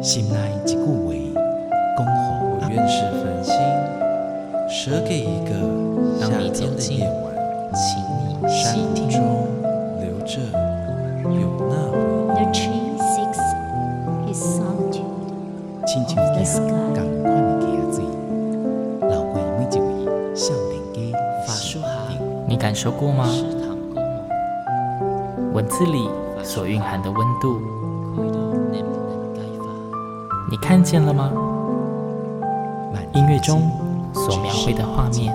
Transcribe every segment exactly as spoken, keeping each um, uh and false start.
心内一句话，讲好我愿是繁星，舍给一个夏天的夜晚， 请你山细听。 谷中留着有那回忆。 The tree seeks his solitude 亲像 of the 行 sky. 同款的溪水，流过每一位少年家法树下， 你感受过吗？ 池塘古木， 文字里所蕴含的温度， 开到你唔能解法。 你看见了吗？ 慢音乐中所描绘的画面，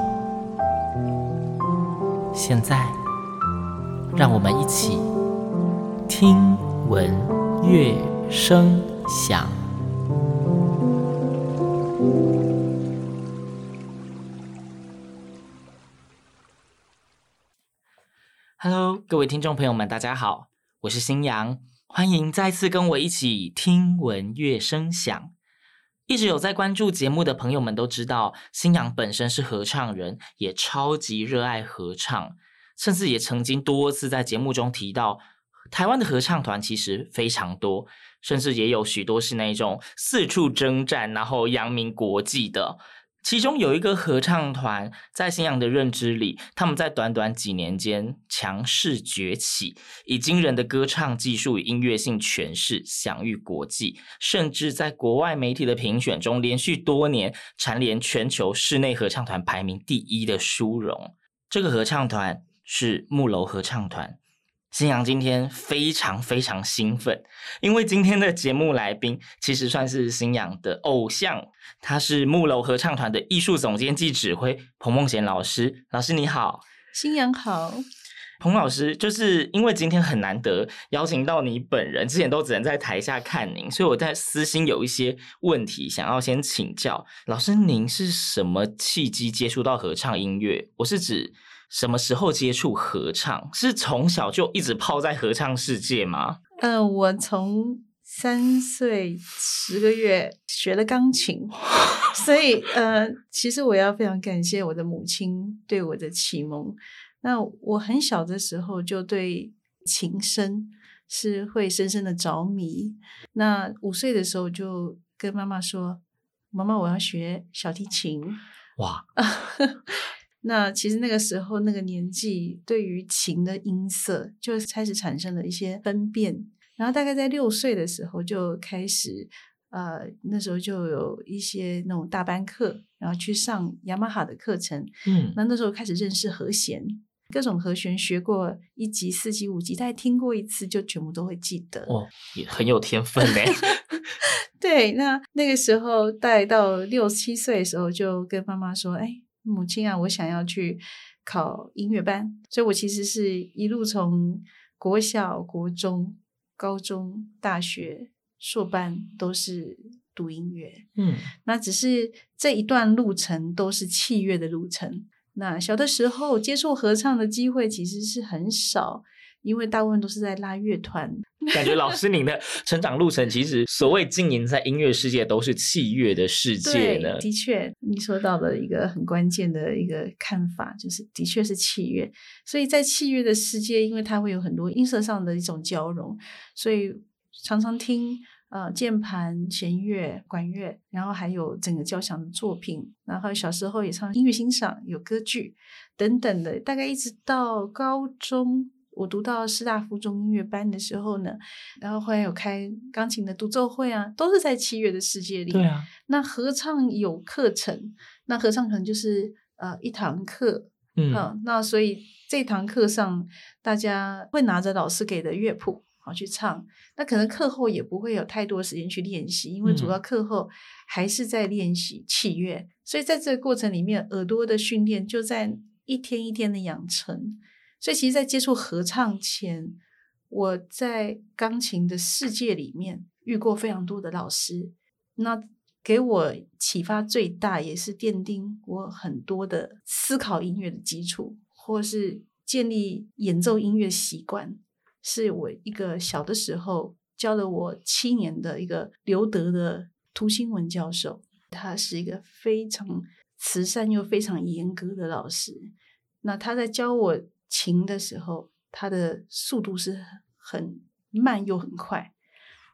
现在让我们一起听闻乐声响。Hello， 各位听众朋友们，大家好，我是新阳，欢迎再次跟我一起听闻乐声响。一直有在关注节目的朋友们都知道，新阳本身是合唱人，也超级热爱合唱，甚至也曾经多次在节目中提到，台湾的合唱团其实非常多，甚至也有许多是那种四处征战，然后扬名国际的。其中有一个合唱团，在新阳的认知里，他们在短短几年间强势崛起，以惊人的歌唱技术与音乐性诠释享誉国际，甚至在国外媒体的评选中连续多年蝉联全球室内合唱团排名第一的殊荣。这个合唱团是木楼合唱团。新阳今天非常非常兴奋，因为今天的节目来宾其实算是新阳的偶像，他是木楼合唱团的艺术总监暨指挥彭梦贤老师。老师你好。 新阳好。 彭老师，就是因为今天很难得邀请到你本人，之前都只能在台下看您，所以我在私心有一些问题想要先请教老师。您是什么契机接触到合唱音乐？我是指什么时候接触合唱？是从小就一直泡在合唱世界吗？ 呃，我从三岁十个月学了钢琴，所以呃，其实我要非常感谢我的母亲对我的启蒙。那我很小的时候就对琴声是会深深的着迷。那五岁的时候就跟妈妈说：“妈妈，我要学小提琴。” 哇！ 那其实那个时候那个年纪，对于琴的音色就开始产生了一些分辨。然后大概在六岁的时候就开始，呃，那时候就有一些那种大班课，然后去上雅马哈的课程。 嗯， 那那时候开始认识和弦，各种和弦学过一级、四级、五级，大概听过一次就全部都会记得。 哦，也很有天分呢。 对，那那个时候大概到六七岁的时候，就跟妈妈说：“哎，母亲啊，我想要去考音乐班。”所以我其实是一路从国小、国中、高中、大学、硕班都是读音乐。 嗯， 那只是这一段路程都是器乐的路程。那小的时候接触合唱的机会其实是很少，因为大部分都是在拉乐团。 感觉老师您的成长路程其实所谓经营在音乐世界都是器乐的世界呢。 对，的确你说到了一个很关键的一个看法，就是的确是器乐。所以在器乐的世界，因为它会有很多音色上的一种交融，所以常常听呃键盘、弦乐、管乐，然后还有整个交响的作品，然后小时候也唱音乐欣赏，有歌剧等等的，大概一直到高中我读到师大附中音乐班的时候呢，然后后来有开钢琴的独奏会啊，都是在器乐的世界里。 对啊， 那合唱有课程，那合唱可能就是呃一堂课， 嗯、 呃，那所以这堂课上大家会拿着老师给的乐谱好去唱，那可能课后也不会有太多时间去练习，因为主要课后还是在练习器乐，嗯、所以在这个过程里面，耳朵的训练就在一天一天的养成。所以其实在接触合唱前，我在钢琴的世界里面遇过非常多的老师，那给我启发最大也是奠定我很多的思考音乐的基础，或是建立演奏音乐习惯，是我一个小的时候教了我七年的一个留德的涂新文教授，他是一个非常慈善又非常严格的老师。那他在教我琴的时候，他的速度是很慢又很快，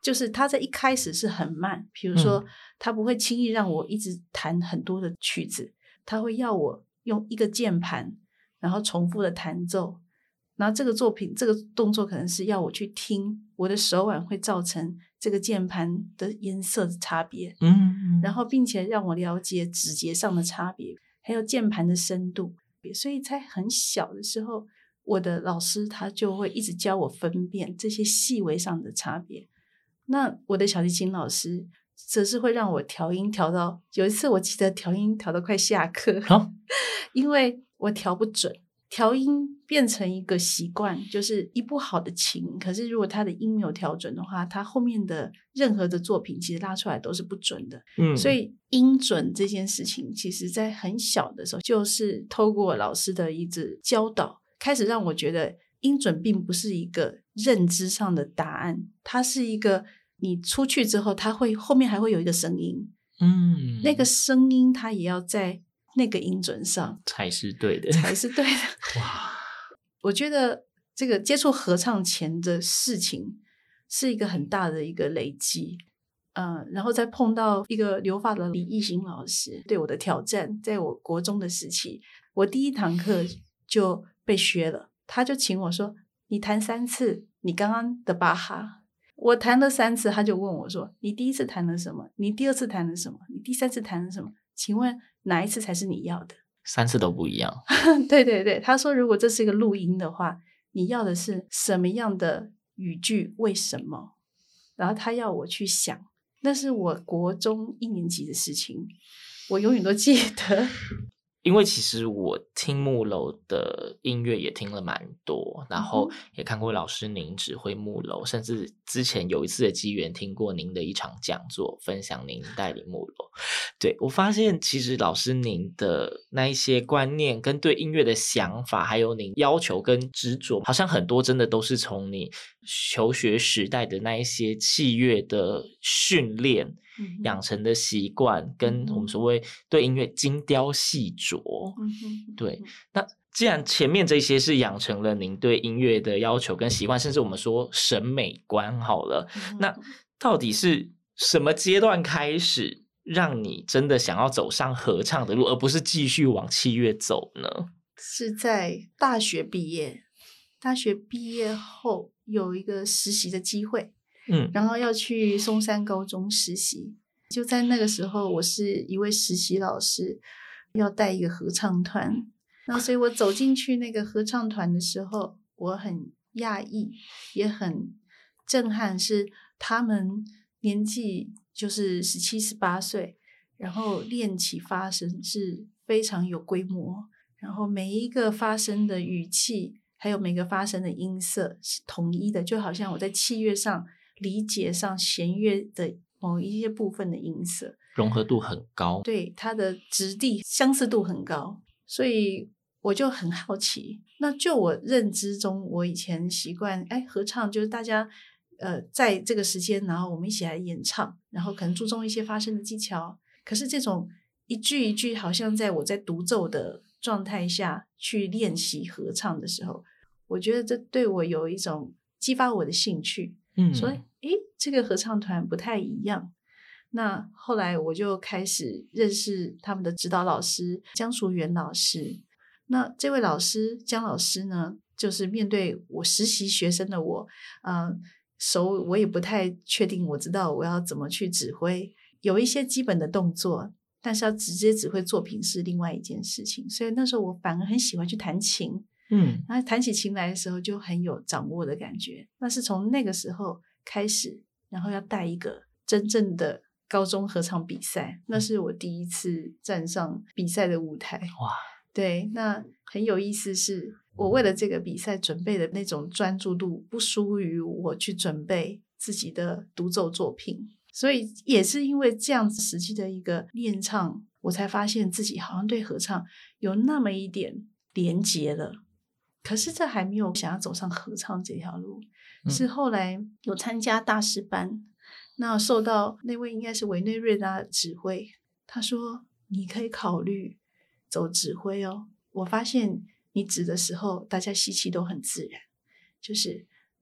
就是他在一开始是很慢，比如说、 嗯、 他不会轻易让我一直弹很多的曲子，他会要我用一个键盘然后重复的弹奏，然后这个作品这个动作可能是要我去听，我的手腕会造成这个键盘的颜色的差别， 嗯， 然后并且让我了解指节上的差别，还有键盘的深度。所以在很小的时候，我的老师他就会一直教我分辨这些细微上的差别。那我的小提琴老师则是会让我调音调到，有一次我记得调音调到快下课、 哦、 因为我调不准，调音变成一个习惯，就是一部好的琴，可是如果它的音没有调准的话，它后面的任何的作品其实拉出来都是不准的。 嗯， 所以音准这件事情其实在很小的时候，就是透过老师的一直教导，开始让我觉得音准并不是一个认知上的答案，它是一个你出去之后，它会后面还会有一个声音， 嗯， 那个声音它也要在那个音准上才是对的， 才是对的。 哇， 我觉得这个接触合唱前的事情是一个很大的一个累积，嗯，然后再碰到一个留法的李艺兴老师对我的挑战，在我国中的时期，我第一堂课就被削了，他就请我说你弹三次你刚刚的巴哈，我弹了三次，他就问我说你第一次弹了什么，你第二次弹了什么，你第三次弹了什么，请问哪一次才是你要的？ 三次都不一样。 对对对，他说如果这是一个录音的话，你要的是什么样的语句，为什么，然后他要我去想，那是我国中一年级的事情，我永远都记得。 因为其实我听木楼的音乐也听了蛮多，然后也看过老师您指挥木楼，甚至之前有一次的机缘听过您的一场讲座，分享您带领木楼。对，我发现其实老师您的那一些观念跟对音乐的想法，还有您要求跟执着，好像很多真的都是从你求学时代的那一些器乐的训练养成的习惯，跟我们所谓对音乐精雕细琢。对，那既然前面这些是养成了您对音乐的要求跟习惯，甚至我们说审美观好了，那到底是什么阶段开始让你真的想要走上合唱的路，而不是继续往器乐走呢？ 是在大学毕业，大学毕业后有一个实习的机会，嗯，然后要去松山高中实习，就在那个时候，我是一位实习老师，要带一个合唱团，然后所以我走进去那个合唱团的时候，我很讶异，也很震撼，是他们年纪就是十七、十八岁，然后练起发声是非常有规模，然后每一个发声的语气，还有每个发声的音色是统一的，就好像我在器乐上理解上弦乐的某一些部分的音色融合度很高， 对，它的质地相似度很高，所以我就很好奇。那就我认知中，我以前习惯哎合唱就是大家呃在这个时间，然后我们一起来演唱，然后可能注重一些发声的技巧，可是这种一句一句好像在我在独奏的状态下去练习合唱的时候，我觉得这对我有一种激发我的兴趣，嗯，说诶这个合唱团不太一样。那后来我就开始认识他们的指导老师江淑媛老师。那这位老师江老师呢，就是面对我实习学生的我，呃，手我也不太确定，我知道我要怎么去指挥，有一些基本的动作，但是要直接指挥作品是另外一件事情。所以那时候我反而很喜欢去弹琴，嗯，然后弹起琴来的时候就很有掌握的感觉。那是从那个时候开始，然后要带一个真正的高中合唱比赛，那是我第一次站上比赛的舞台。哇，对，那很有意思是，我为了这个比赛准备的那种专注度，不输于我去准备自己的独奏作品。所以也是因为这样子实际的一个练唱，我才发现自己好像对合唱有那么一点连结了。可是这还没有想要走上合唱这条路，嗯，是后来有参加大师班，那受到那位应该是委内瑞拉指挥，他说你可以考虑走指挥哦。我发现你指的时候大家吸气都很自然，就是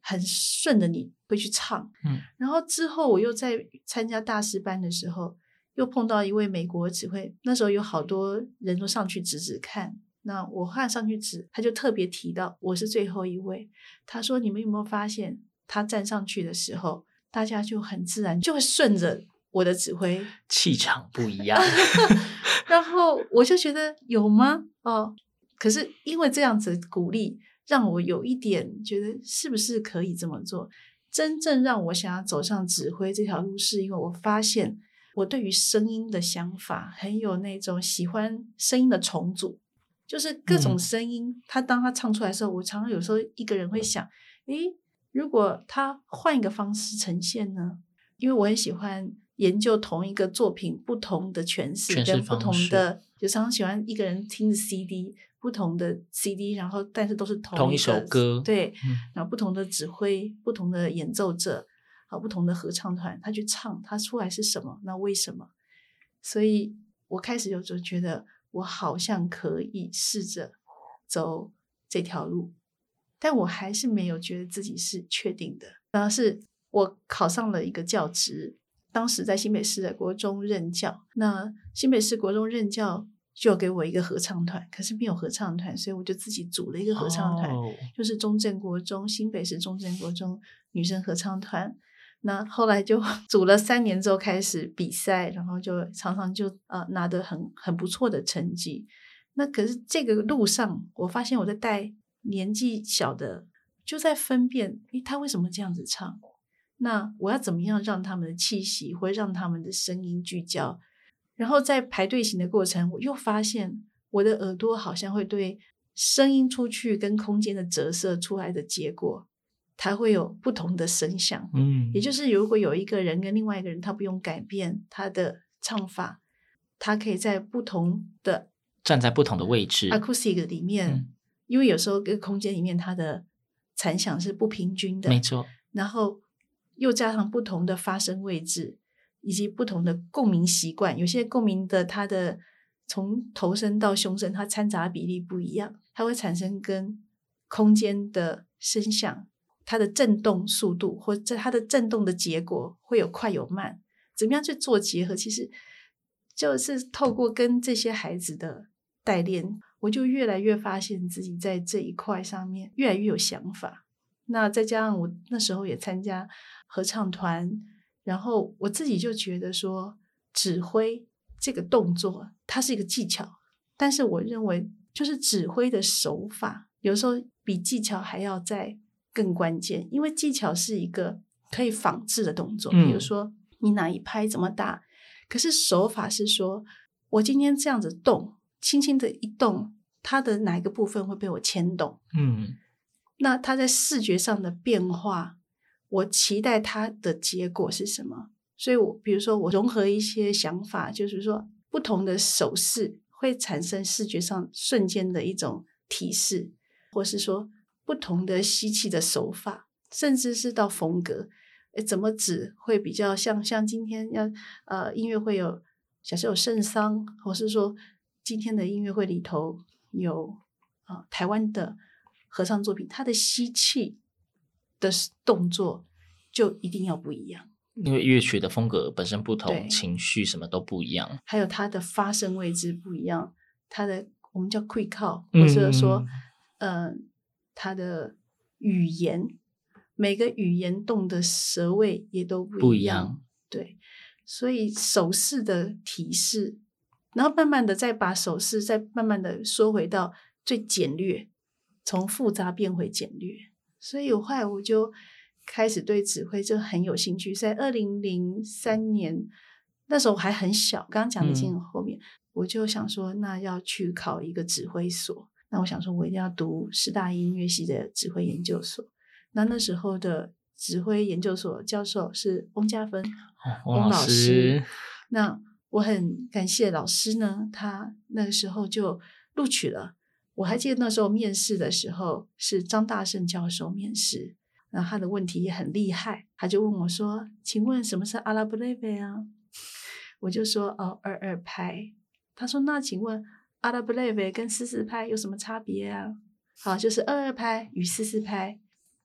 很顺的你会去唱。 嗯， 然后之后我又在参加大师班的时候，又碰到一位美国指挥，那时候有好多人都上去指指看。那我看上去指，他就特别提到我是最后一位。他说：“你们有没有发现，他站上去的时候，大家就很自然就会顺着我的指挥， 气场不一样。” 然后我就觉得有吗？哦，可是因为这样子鼓励，让我有一点觉得是不是可以这么做。真正让我想要走上指挥这条路，是因为我发现我对于声音的想法很有那种喜欢声音的重组。就是各种声音、嗯、他当他唱出来的时候，我常常有时候一个人会想，诶，如果他换一个方式呈现呢？因为我很喜欢研究同一个作品不同的诠释跟不同的，就常常喜欢一个人听着 C D 不同的 C D， 然后但是都是同一, 同一首歌， 对、 嗯， 然后不同的指挥、不同的演奏者、不同的合唱团，他去唱，他出来是什么？那为什么？所以我开始有就觉得我好像可以试着走这条路，但我还是没有觉得自己是确定的。然后是我考上了一个教职，当时在新北市的国中任教，那新北市国中任教就给我一个合唱团，可是没有合唱团，所以我就自己组了一个合唱团、哦、就是中正国中，新北市中正国中女生合唱团。那后来就组了三年之后开始比赛，然后就常常就呃拿得很很不错的成绩。那可是这个路上，我发现我在带年纪小的，就在分辨，诶，他为什么这样子唱？那我要怎么样让他们的气息，或让他们的声音聚焦？然后在排队形的过程，我又发现我的耳朵好像会对声音出去跟空间的折射出来的结果，它会有不同的声响。嗯，也就是如果有一个人跟另外一个人，他不用改变他的唱法，他可以在不同的站在不同的位置 acoustic 里面、嗯、因为有时候这个空间里面它的残响是不平均的， 没错， 然后又加上不同的发声位置以及不同的共鸣习惯，有些共鸣的它的从头声到胸声它掺杂比例不一样，它会产生跟空间的声响，它的震动速度或者它的震动的结果会有快有慢，怎么样去做结合，其实就是透过跟这些孩子的带练，我就越来越发现自己在这一块上面越来越有想法。那再加上我那时候也参加合唱团，然后我自己就觉得说指挥这个动作它是一个技巧，但是我认为就是指挥的手法有时候比技巧还要再更关键，因为技巧是一个可以仿制的动作、嗯、比如说你哪一拍怎么打，可是手法是说我今天这样子动，轻轻的一动，它的哪一个部分会被我牵动，嗯，那它在视觉上的变化，我期待它的结果是什么。所以我比如说我融合一些想法，就是说不同的手势会产生视觉上瞬间的一种提示，或是说不同的吸气的手法，甚至是到风格，诶怎么指会比较像像今天要呃音乐会有假设有圣桑，或是说今天的音乐会里头有呃台湾的合唱作品，它的吸气的动作就一定要不一样， 因为乐曲的风格本身不同，情绪什么都不一样， 还有它的发声位置不一样，它的我们叫 quick call， 或者说、嗯、呃它的语言，每个语言动的舌位也都不一样， 不一样， 对，所以手势的提示，然后慢慢的再把手势再慢慢的缩回到最简略，从复杂变回简略。所以我后来我就开始对指挥就很有兴趣，在二零零三年那时候还很小，刚刚讲的已经很后面、嗯、我就想说那要去考一个指挥所，那我想说我一定要读师大音乐系的指挥研究所，那那时候的指挥研究所教授是翁家芬、 哦、翁老师, 翁老师那我很感谢老师呢，他那个时候就录取了我，还记得那时候面试的时候是张大胜教授面试，然后他的问题也很厉害，他就问我说请问什么是阿拉布雷贝啊，我就说哦二二拍，他说那请问阿拉布雷贝跟四四拍有什么差别啊，好，就是二二拍与四四拍，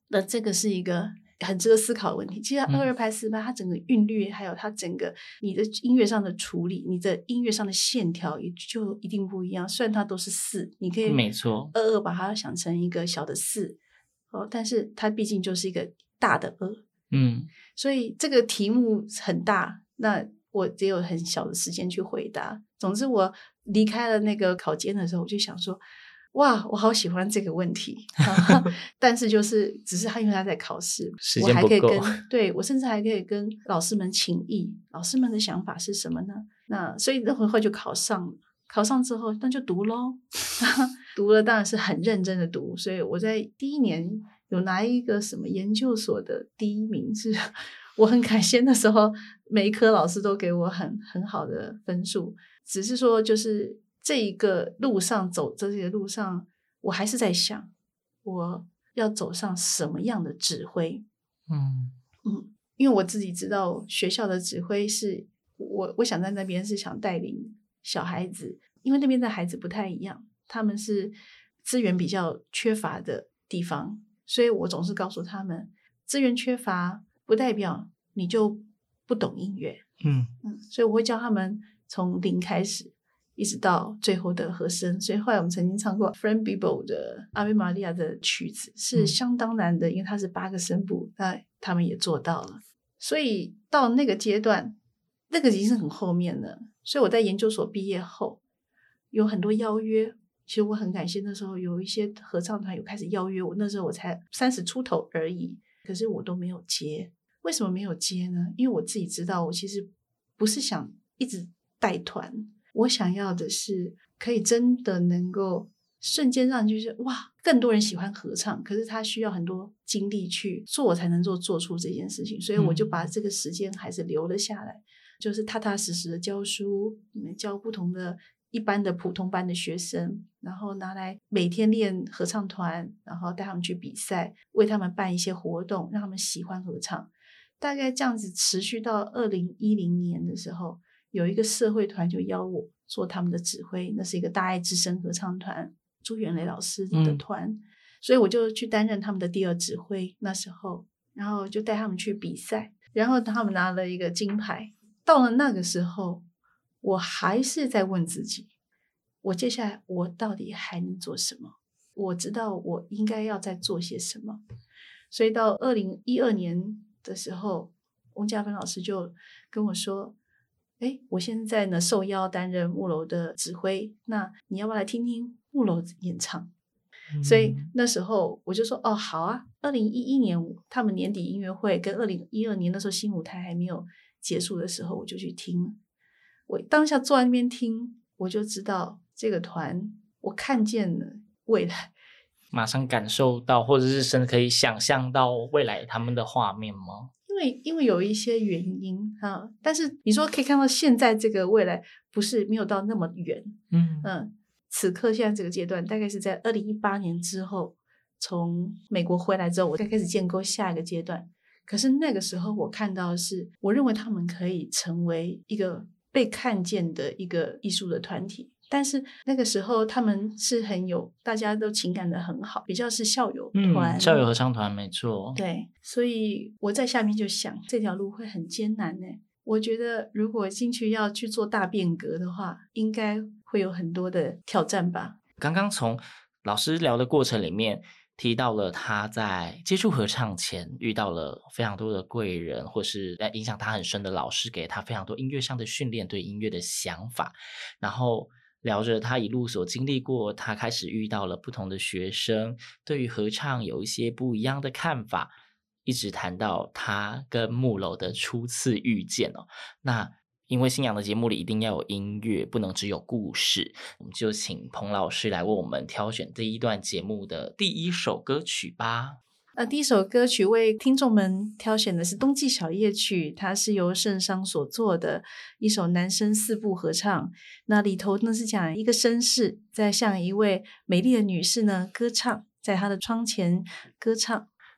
那这个是一个很值得思考的问题。其实嗯二二拍四拍，它整个韵律，还有它整个你的音乐上的处理，你的音乐上的线条也就一定不一样。虽然它都是四，你可以没错二二把它想成一个小的四，哦，但是它毕竟就是一个大的二， 嗯， 所以这个题目很大，那我只有很小的时间去回答。总之，我离开了那个考监的时候，我就想说，哇，我好喜欢这个问题，但是就是只是他因为他在考试， 时我间不够还可以跟对我甚至还可以跟老师们请益，老师们的想法是什么呢？那所以那会后就考上了，考上之后那就读咯读了当然是很认真的读，所以我在第一年有拿一个什么研究所的第一名，是我很感谢那时候每一科老师都给我很很好的分数，只是说就是这一个路上走这些路上，我还是在想我要走上什么样的指挥。 嗯嗯，因为我自己知道学校的指挥是我我想在那边是想带领小孩子，因为那边的孩子不太一样，他们是资源比较缺乏的地方，所以我总是告诉他们，资源缺乏不代表你就不懂音乐。 嗯嗯，所以我会教他们从零开始，一直到最后的和声。所以后来我们曾经唱过 Frank Bible 的阿维玛利亚的曲子，是相当难的，因为它是八个声部，那他们也做到了。所以到那个阶段，那个已经是很后面了。所以我在研究所毕业后，有很多邀约。其实我很感谢那时候有一些合唱团有开始邀约我，那时候我才三十出头而已，可是我都没有接。为什么没有接呢？因为我自己知道，我其实不是想一直带团，我想要的是可以真的能够瞬间让就是哇，更多人喜欢合唱，可是他需要很多精力去做才能够做出这件事情，所以我就把这个时间还是留了下来，嗯、就是踏踏实实的教书，教不同的一般的普通班的学生，然后拿来每天练合唱团，然后带他们去比赛，为他们办一些活动，让他们喜欢合唱。大概这样子持续到二零一零年的时候，有一个社会团就邀我做他们的指挥，那是一个大爱之声合唱团，朱元雷老师的团、嗯、所以我就去担任他们的第二指挥，那时候然后就带他们去比赛，然后他们拿了一个金牌。到了那个时候，我还是在问自己，我接下来我到底还能做什么？我知道我应该要再做些什么。所以到二零一二年的时候，翁家芬老师就跟我说，诶，我现在呢受邀担任木楼的指挥，那你要不要来听听木楼演唱、嗯、所以那时候我就说哦好啊。二零一一年他们年底音乐会跟二零一二年那时候新舞台还没有结束的时候，我就去听。我当下坐在那边听，我就知道这个团我看见了未来， 马上感受到，或者是甚至可以想象到未来他们的画面吗？ 因为因为有一些原因啊，但是你说可以看到现在这个未来不是没有到那么远， 嗯嗯，此刻现在这个阶段大概是在二零一八年之后，从美国回来之后，我才开始建构下一个阶段。可是那个时候我看到的是，我认为他们可以成为一个被看见的一个艺术的团体。但是那个时候他们是很有，大家都情感的很好，比较是校友团、 嗯、校友合唱团没错。 对，所以我在下面就想这条路会很艰难呢。我觉得如果进去要去做大变革的话，应该会有很多的挑战吧。 刚刚从老师聊的过程里面提到了他在接触合唱前遇到了非常多的贵人，或是影响他很深的老师，给他非常多音乐上的训练，对音乐的想法，然后聊着他一路所经历过，他开始遇到了不同的学生，对于合唱有一些不一样的看法，一直谈到他跟木楼的初次遇见哦。那因为新阳的节目里一定要有音乐，不能只有故事，我们就请彭老师来为我们挑选这一段节目的第一首歌曲吧。 那第一首歌曲为听众们挑选的是冬季小夜曲，它是由圣桑所做的一首男声四部合唱。那里头呢是讲一个绅士在向一位美丽的女士呢歌唱，在她的窗前歌唱。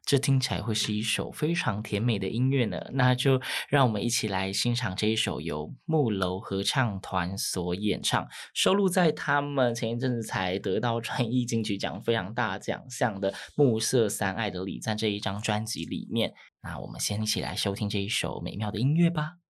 这听起来会是一首非常甜美的音乐呢。那就让我们一起来欣赏这一首由木楼合唱团所演唱，收录在他们前一阵子才得到传艺金曲奖非常大奖项的《暮色三爱的礼赞》这一张专辑里面。那我们先一起来收听这一首美妙的音乐吧。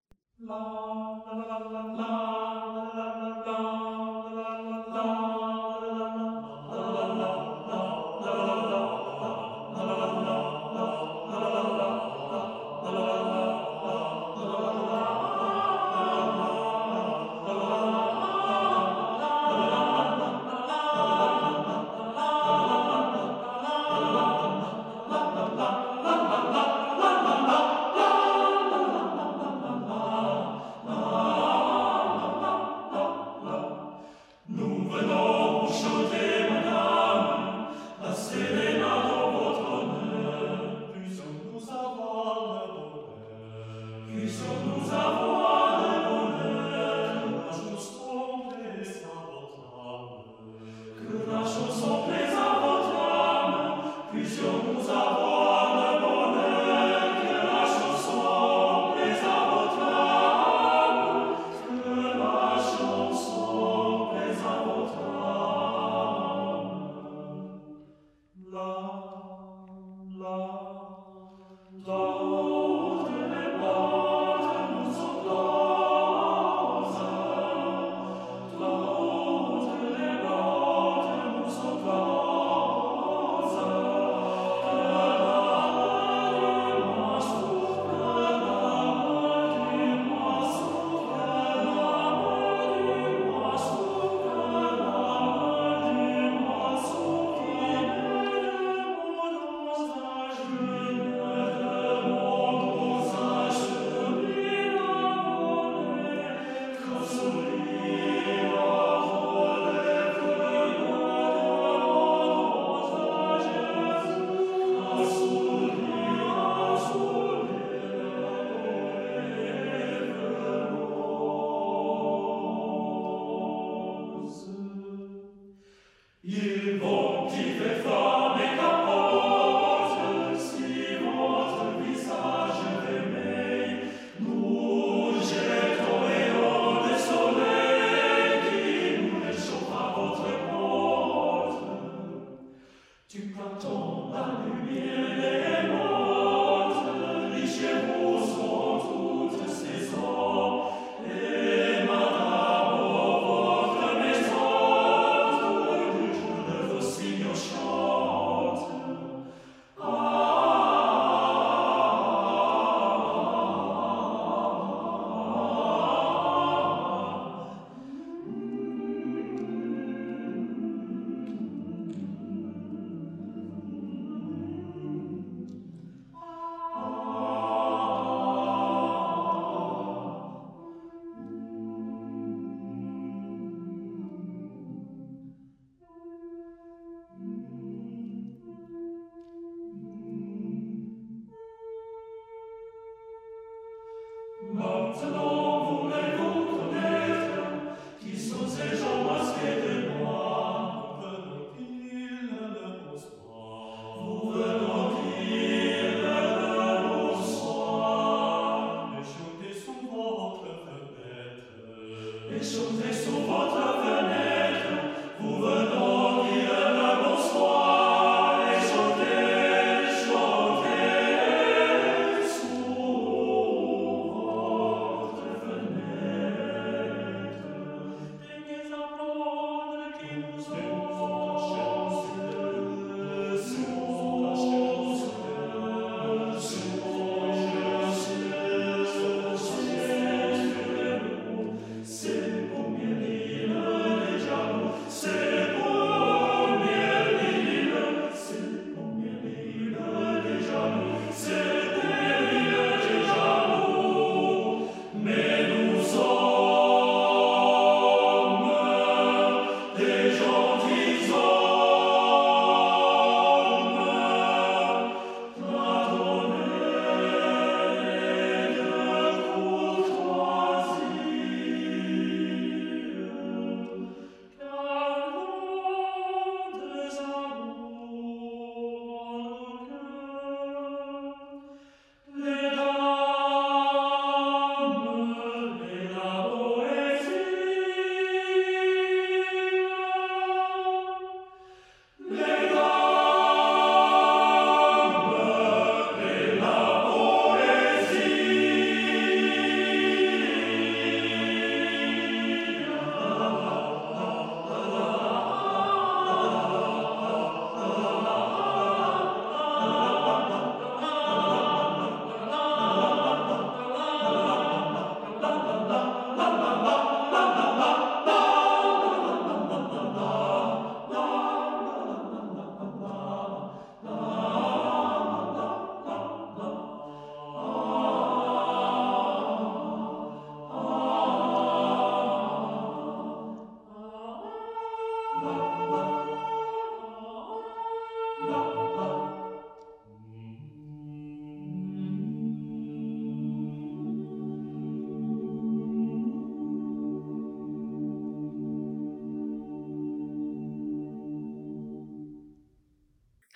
C'est pour bien lire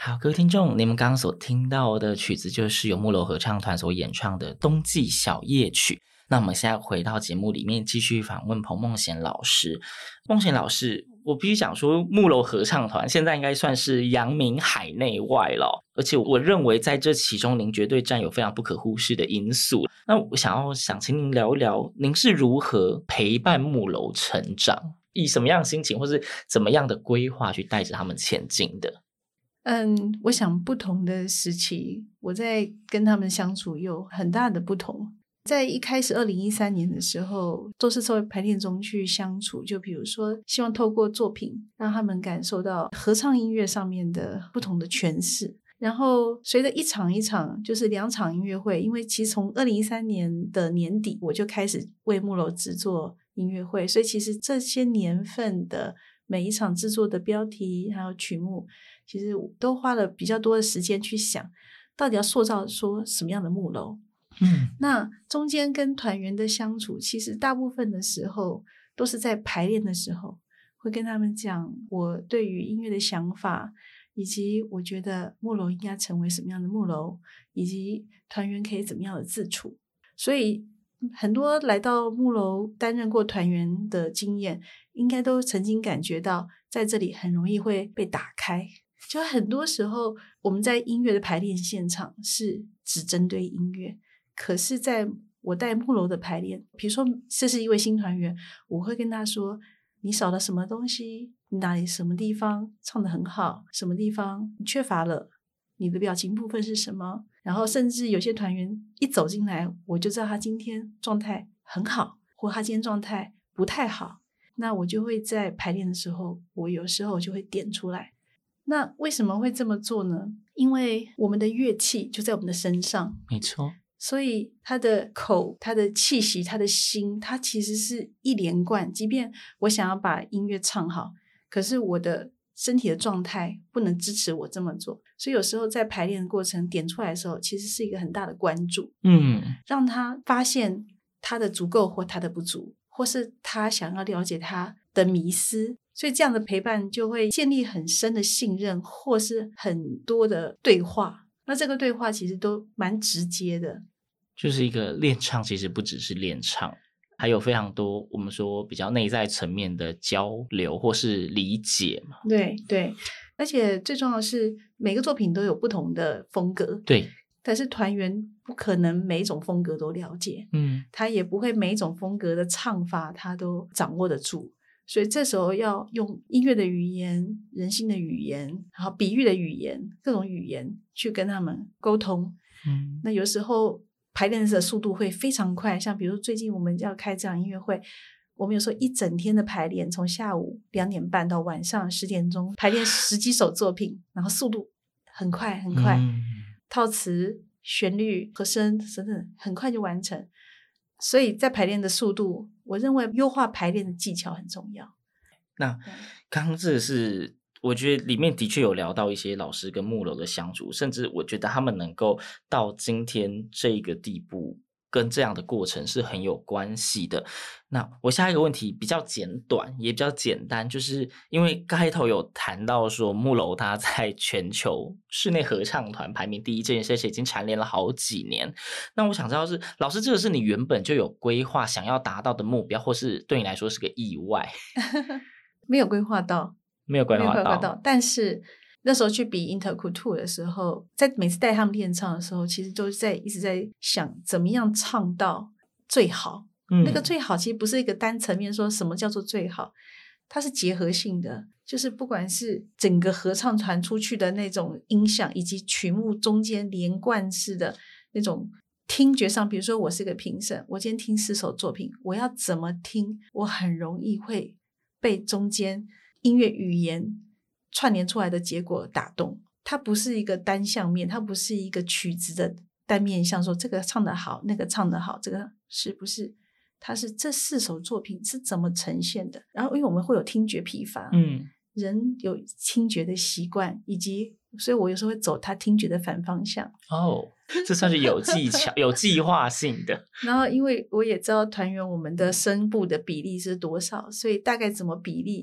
好，各位听众，你们刚刚所听到的曲子就是由木楼合唱团所演唱的《冬季小夜曲》。那我们现在回到节目里面，继续访问彭梦贤老师。梦贤老师，我必须讲说，木楼合唱团现在应该算是扬名海内外了，而且我认为在这其中，您绝对占有非常不可忽视的因素。那我想要想请您聊一聊，您是如何陪伴木楼成长，以什么样的心情，或是怎么样的规划去带着他们前进的？ 嗯，我想不同的时期，我在跟他们相处有很大的不同。在一开始二零一三年的时候，都是在排练中去相处，就比如说希望透过作品让他们感受到合唱音乐上面的不同的诠释。然后随着一场一场，就是两场音乐会，因为其实从二零一三年的年底我就开始为木楼制作音乐会，所以其实这些年份的每一场制作的标题还有曲目，其实都花了比较多的时间去想到底要塑造说什么样的木楼。 嗯， 那中间跟团员的相处，其实大部分的时候都是在排练的时候会跟他们讲我对于音乐的想法，以及我觉得木楼应该成为什么样的木楼，以及团员可以怎么样的自处。所以很多来到木楼担任过团员的经验，应该都曾经感觉到在这里很容易会被打开。就很多时候我们在音乐的排练现场是只针对音乐，可是在我带木楼的排练，比如说这是一位新团员，我会跟他说你少了什么东西，你哪里什么地方唱得很好，什么地方你缺乏了，你的表情部分是什么。然后甚至有些团员一走进来，我就知道他今天状态很好，或他今天状态不太好，那我就会在排练的时候，我有时候就会点出来。那为什么会这么做呢？因为我们的乐器就在我们的身上， 没错， 所以他的口、他的气息、他的心，他其实是一连贯。即便我想要把音乐唱好，可是我的身体的状态不能支持我这么做，所以有时候在排练的过程点出来的时候，其实是一个很大的关注， 嗯， 让他发现他的足够或他的不足，或是他想要了解他的迷思。所以这样的陪伴就会建立很深的信任，或是很多的对话。那这个对话其实都蛮直接的， 就是一个练唱其实不只是练唱，还有非常多我们说比较内在层面的交流或是理解嘛。 对对，而且最重要的是每个作品都有不同的风格， 对， 但是团员不可能每一种风格都了解， 嗯， 他也不会每一种风格的唱法他都掌握得住，所以这时候要用音乐的语言、人性的语言，然后比喻的语言，各种语言去跟他们沟通。 嗯， 那有时候排练的速度会非常快，像比如最近我们要开这场音乐会，我们有时候一整天的排练，从下午两点半到晚上十点钟排练十几首作品，然后速度很快很快， 嗯， 套词、旋律、和声等等很快就完成。所以在排练的速度，我认为优化排练的技巧很重要。 那刚刚这是我觉得里面的确有聊到一些老师跟木楼的相处，甚至我觉得他们能够到今天这个地步跟这样的过程是很有关系的。那我下一个问题比较简短也比较简单，就是因为开头有谈到说木楼他在全球室内合唱团排名第一这件事情已经蝉联了好几年，那我想知道是老师这个是你原本就有规划想要达到的目标，或是对你来说是个意外？ 没有规划到， 没有规划 到, 没有规划到，但是那时候去比 Interculture 的时候，在每次带他们练唱的时候，其实都在一直在想怎么样唱到最好。 嗯， 那个最好其实不是一个单层面说什么叫做最好，它是结合性的，就是不管是整个合唱团出去的那种音响，以及曲目中间连贯式的那种听觉上，比如说我是个评审，我今天听四首作品，我要怎么听，我很容易会被中间音乐语言串联出来的结果打动。它不是一个单向面，它不是一个曲子的单面向，说这个唱得好那个唱得好，这个是不是，它是这四首作品是怎么呈现的。然后因为我们会有听觉疲乏， 嗯， 人有听觉的习惯，以及所以我有时候会走他听觉的反方向。 哦，这算是有技巧有计划性的。 然后因为我也知道团员我们的声部的比例是多少，所以大概怎么比例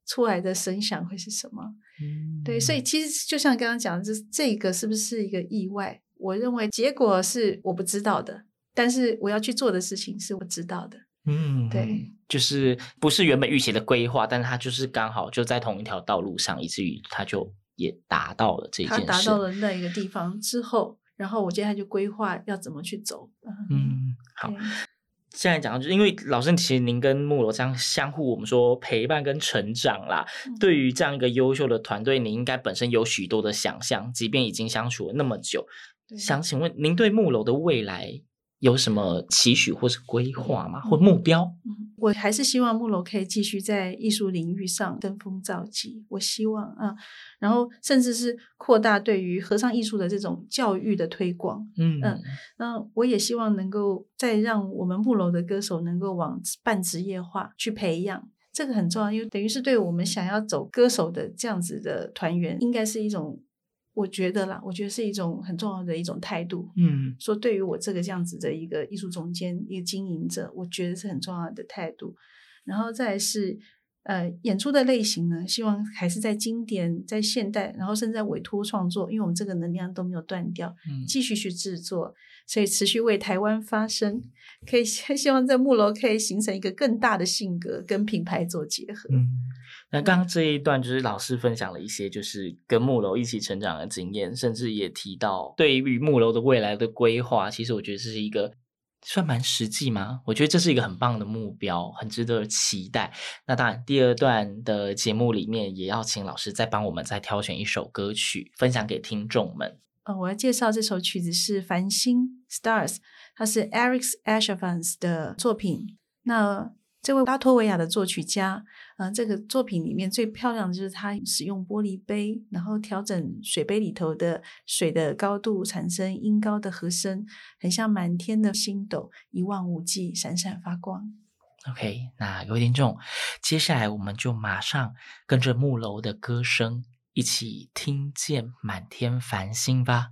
出来的声响会是什么。 嗯， 对，所以其实就像刚刚讲的，这这个是不是一个意外？我认为结果是我不知道的，但是我要去做的事情是我知道的。 嗯， 对， 就是不是原本预期的规划，但是他就是刚好就在同一条道路上，以至于他就也达到了这件事。 他达到了那一个地方之后，然后我接下来就规划要怎么去走。 嗯，好。 对， 现在讲到，就是因为老师，其实您跟木楼这样相互，我们说陪伴跟成长啦。 嗯、 对于这样一个优秀的团队，您应该本身有许多的想象，即便已经相处了那么久。想请问您对木楼的未来有什么期许或是规划吗？或目标？ 嗯，我还是希望木楼可以继续在艺术领域上登峰造极。我希望啊，然后甚至是扩大对于合唱艺术的这种教育的推广。 嗯嗯，那我也希望能够再让我们木楼的歌手能够往半职业化去培养。这个很重要，因为等于是对我们想要走歌手的这样子的团员，应该是一种。我觉得啦，我觉得是一种很重要的一种态度。 嗯， 说对于我这个这样子的一个艺术总监、一个经营者，我觉得是很重要的态度。然后再来是呃演出的类型呢，希望还是在经典、在现代，然后甚至在委托创作，因为我们这个能量都没有断掉， 嗯， 继续去制作，所以持续为台湾发声。可以希望在木楼可以形成一个更大的性格跟品牌做结合。 嗯。那刚刚这一段就是老师分享了一些就是跟木楼一起成长的经验，甚至也提到对于木楼的未来的规划，其实我觉得这是一个算蛮实际吗？我觉得这是一个很棒的目标，很值得期待。那当然第二段的节目里面也要请老师再帮我们再挑选一首歌曲分享给听众们。 呃，我要介绍这首曲子是繁星 Stars， 它是 Eric Ashavans 的作品。那这位拉脱维亚的作曲家，呃，这个作品里面最漂亮的就是他使用玻璃杯，然后调整水杯里头的水的高度，产生音高的和声，很像满天的星斗，一望无际，闪闪发光。 OK， 那各位听众，接下来我们就马上跟着木楼的歌声，一起听见满天繁星吧。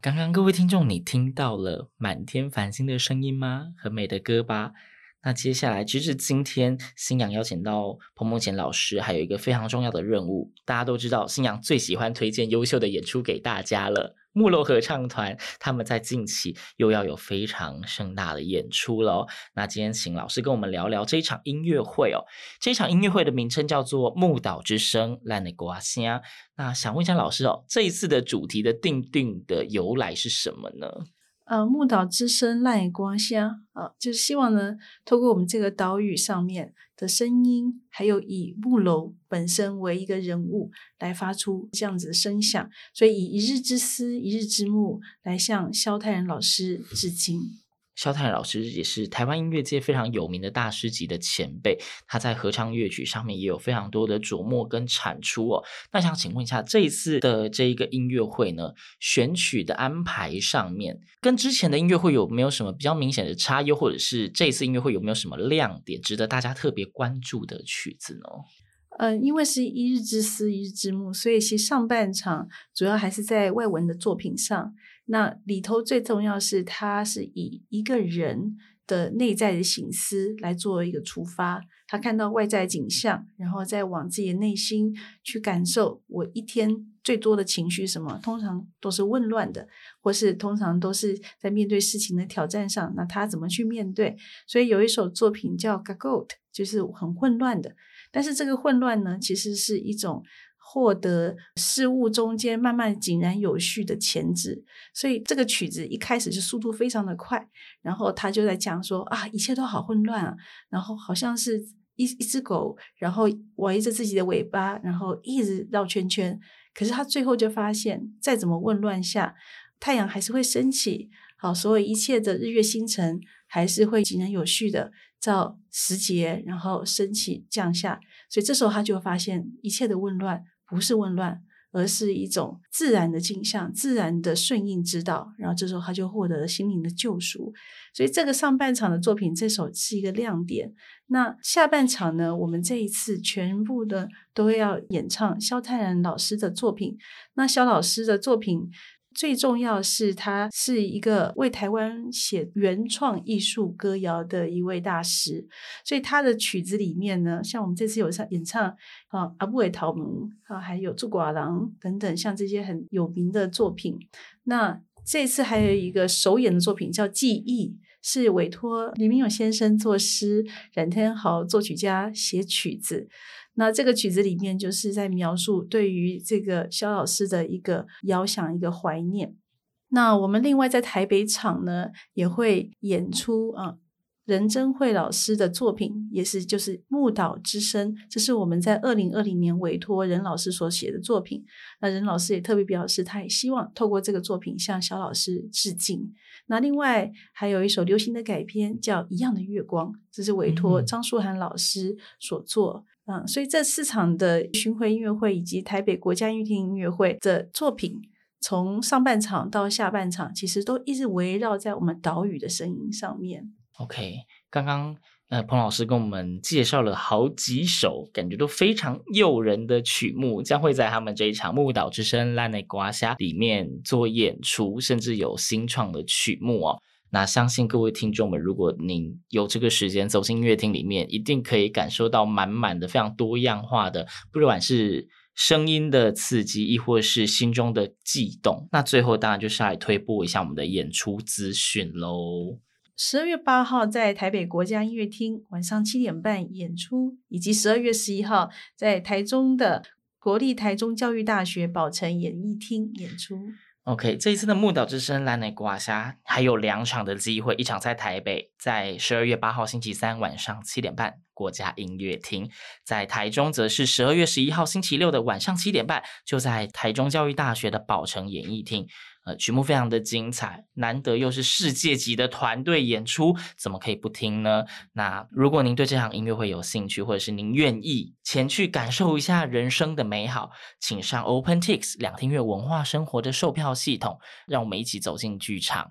刚刚各位听众，你听到了满天繁星的声音吗？很美的歌吧。那接下来直至今天，新阳邀请到彭梦乾老师，还有一个非常重要的任务。大家都知道，新阳最喜欢推荐优秀的演出给大家了。木楼合唱团他们在近期又要有非常盛大的演出了哦。那今天请老师跟我们聊聊这一场音乐会哦。这一场音乐会的名称叫做木岛之声咱的歌声。那想问一下老师哦，这一次的主题的定定的由来是什么呢？ 呃，木岛之声咱的歌声啊，就是希望呢，透过我们这个岛屿上面的声音，还有以木楼本身为一个人物来发出这样子的声响，所以以一日之思、一日之目来向萧泰然老师致敬。 萧泰然老师也是台湾音乐界非常有名的大师级的前辈，他在合唱乐曲上面也有非常多的琢磨跟产出哦。那想请问一下，这一次的这一个音乐会呢，选曲的安排上面跟之前的音乐会有没有什么比较明显的差异，或者是这一次音乐会有没有什么亮点值得大家特别关注的曲子呢？ 呃，因为是一日之思一日之目，所以其实上半场主要还是在外文的作品上。那里头最重要是它是以一个人的内在的省思来做一个出发，他看到外在景象，然后再往自己的内心去感受，我一天最多的情绪是什么，通常都是混乱的，或是通常都是在面对事情的挑战上，那他怎么去面对。所以有一首作品叫 Gagot， 就是很混乱的，但是这个混乱呢，其实是一种获得事物中间慢慢井然有序的前置。所以这个曲子一开始就速度非常的快，然后他就在讲说啊，一切都好混乱啊，然后好像是一一只狗，然后围着自己的尾巴，然后一直绕圈圈。可是他最后就发现，再怎么混乱下，太阳还是会升起，好，所有一切的日月星辰还是会井然有序的照时节，然后升起降下。所以这时候他就发现，一切的混乱不是混乱，而是一种自然的景象，自然的顺应之道。然后这时候他就获得了心灵的救赎。所以这个上半场的作品，这首是一个亮点。那下半场呢，我们这一次全部的都要演唱萧泰然老师的作品。那萧老师的作品最重要是他是一个为台湾写原创艺术歌谣的一位大师，所以他的曲子里面呢，像我们这次有演唱啊阿布韦陶门啊，还有祝寡郎等等，像这些很有名的作品。那这次还有一个首演的作品叫记忆，是委托李明勇先生作诗，冉天豪作曲家写曲子。那这个曲子里面就是在描述对于这个萧老师的一个遥想，一个怀念。那我们另外在台北场呢，也会演出啊任贞慧老师的作品，也是就是木岛之声，这是我们在二零二零年委托任老师所写的作品。那任老师也特别表示，他也希望透过这个作品向萧老师致敬。那另外还有一首流行的改编叫《一样的月光》，这是委托张淑涵老师所作。嗯，所以这四场的巡回音乐会以及台北国家音乐厅音乐会的作品，从上半场到下半场，其实都一直围绕在我们岛屿的声音上面。 OK， 刚刚呃彭老师跟我们介绍了好几首感觉都非常诱人的曲目，将会在他们这一场木岛之声咱的歌声里面做演出，甚至有新创的曲目哦。那相信各位听众们，如果您有这个时间走进音乐厅里面，一定可以感受到满满的非常多样化的，不管是声音的刺激，亦或是心中的悸动。那最后当然就是来推播一下我们的演出资讯咯。 十二月八号在台北国家音乐厅晚上七点半演出，以及十二月十一号在台中的国立台中教育大学宝城演艺厅演出。 OK， 这一次的木岛之声咱的歌声还有两场的机会，一场在台北，在十二月八号星期三晚上七点半国家音乐厅，在台中则是十二月十一号星期六的晚上七点半，就在台中教育大学的宝城演艺厅。呃，曲目非常的精彩，难得又是世界级的团队演出，怎么可以不听呢？那如果您对这场音乐会有兴趣，或者是您愿意前去感受一下人生的美好，请上 OpenTix 两厅院文化生活的售票系统，让我们一起走进剧场。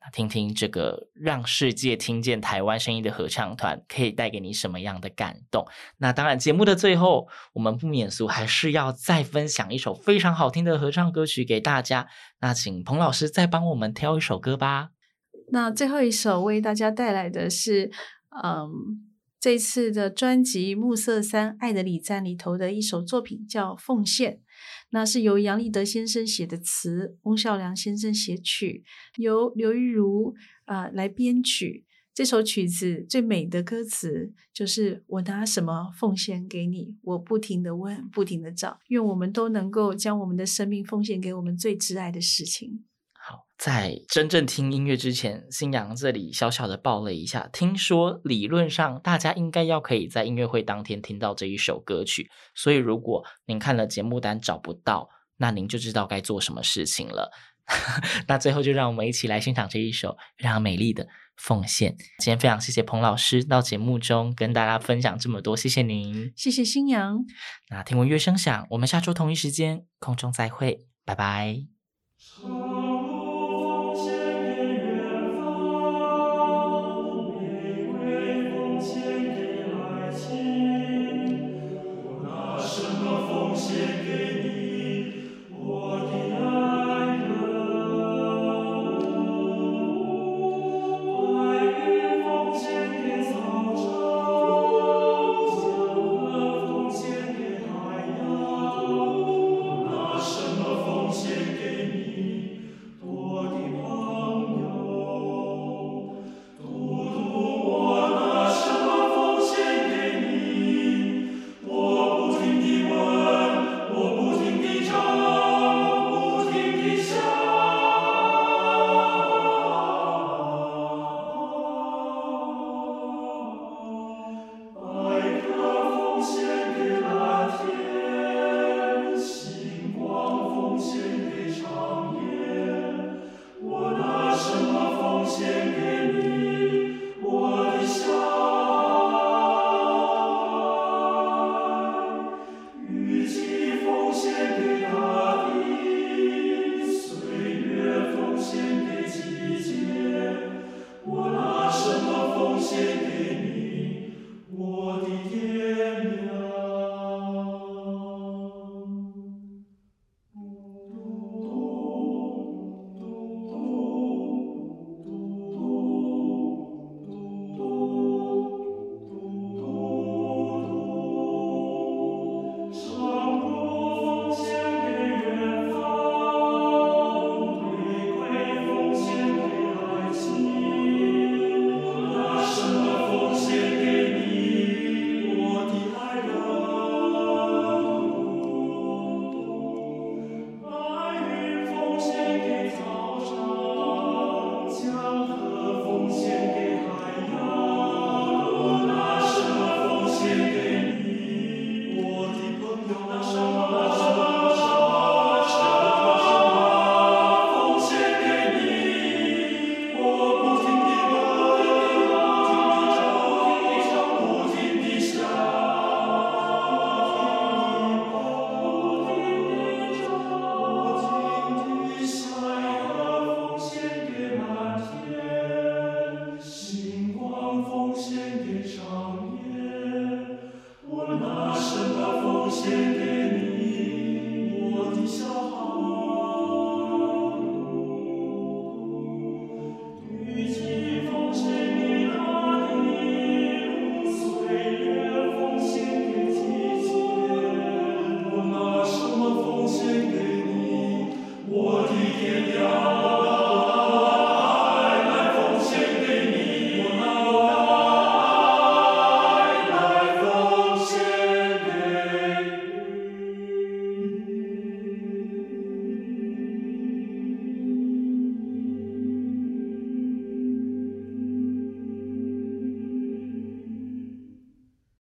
听听这个让世界听见台湾声音的合唱团可以带给你什么样的感动。那当然节目的最后我们不免俗还是要再分享一首非常好听的合唱歌曲给大家，那请彭老师再帮我们挑一首歌吧。 那最后一首为大家带来的是嗯，这次的专辑《暮色三爱的礼赞》里头的一首作品叫《奉献》，那是由杨立德先生写的词，翁孝良先生写曲，由刘玉如、呃、来编曲。这首曲子最美的歌词就是我拿什么奉献给你，我不停地问，不停地找，愿我们都能够将我们的生命奉献给我们最挚爱的事情。 好，在真正听音乐之前，新阳这里小小的爆了一下，听说理论上大家应该要可以在音乐会当天听到这一首歌曲，所以如果您看了节目单找不到，那您就知道该做什么事情了。那最后就让我们一起来欣赏这一首非常美丽的奉献。今天非常谢谢彭老师到节目中跟大家分享这么多，谢谢您。 谢谢新阳。 那听闻乐声响，我们下周同一时间空中再会，拜拜。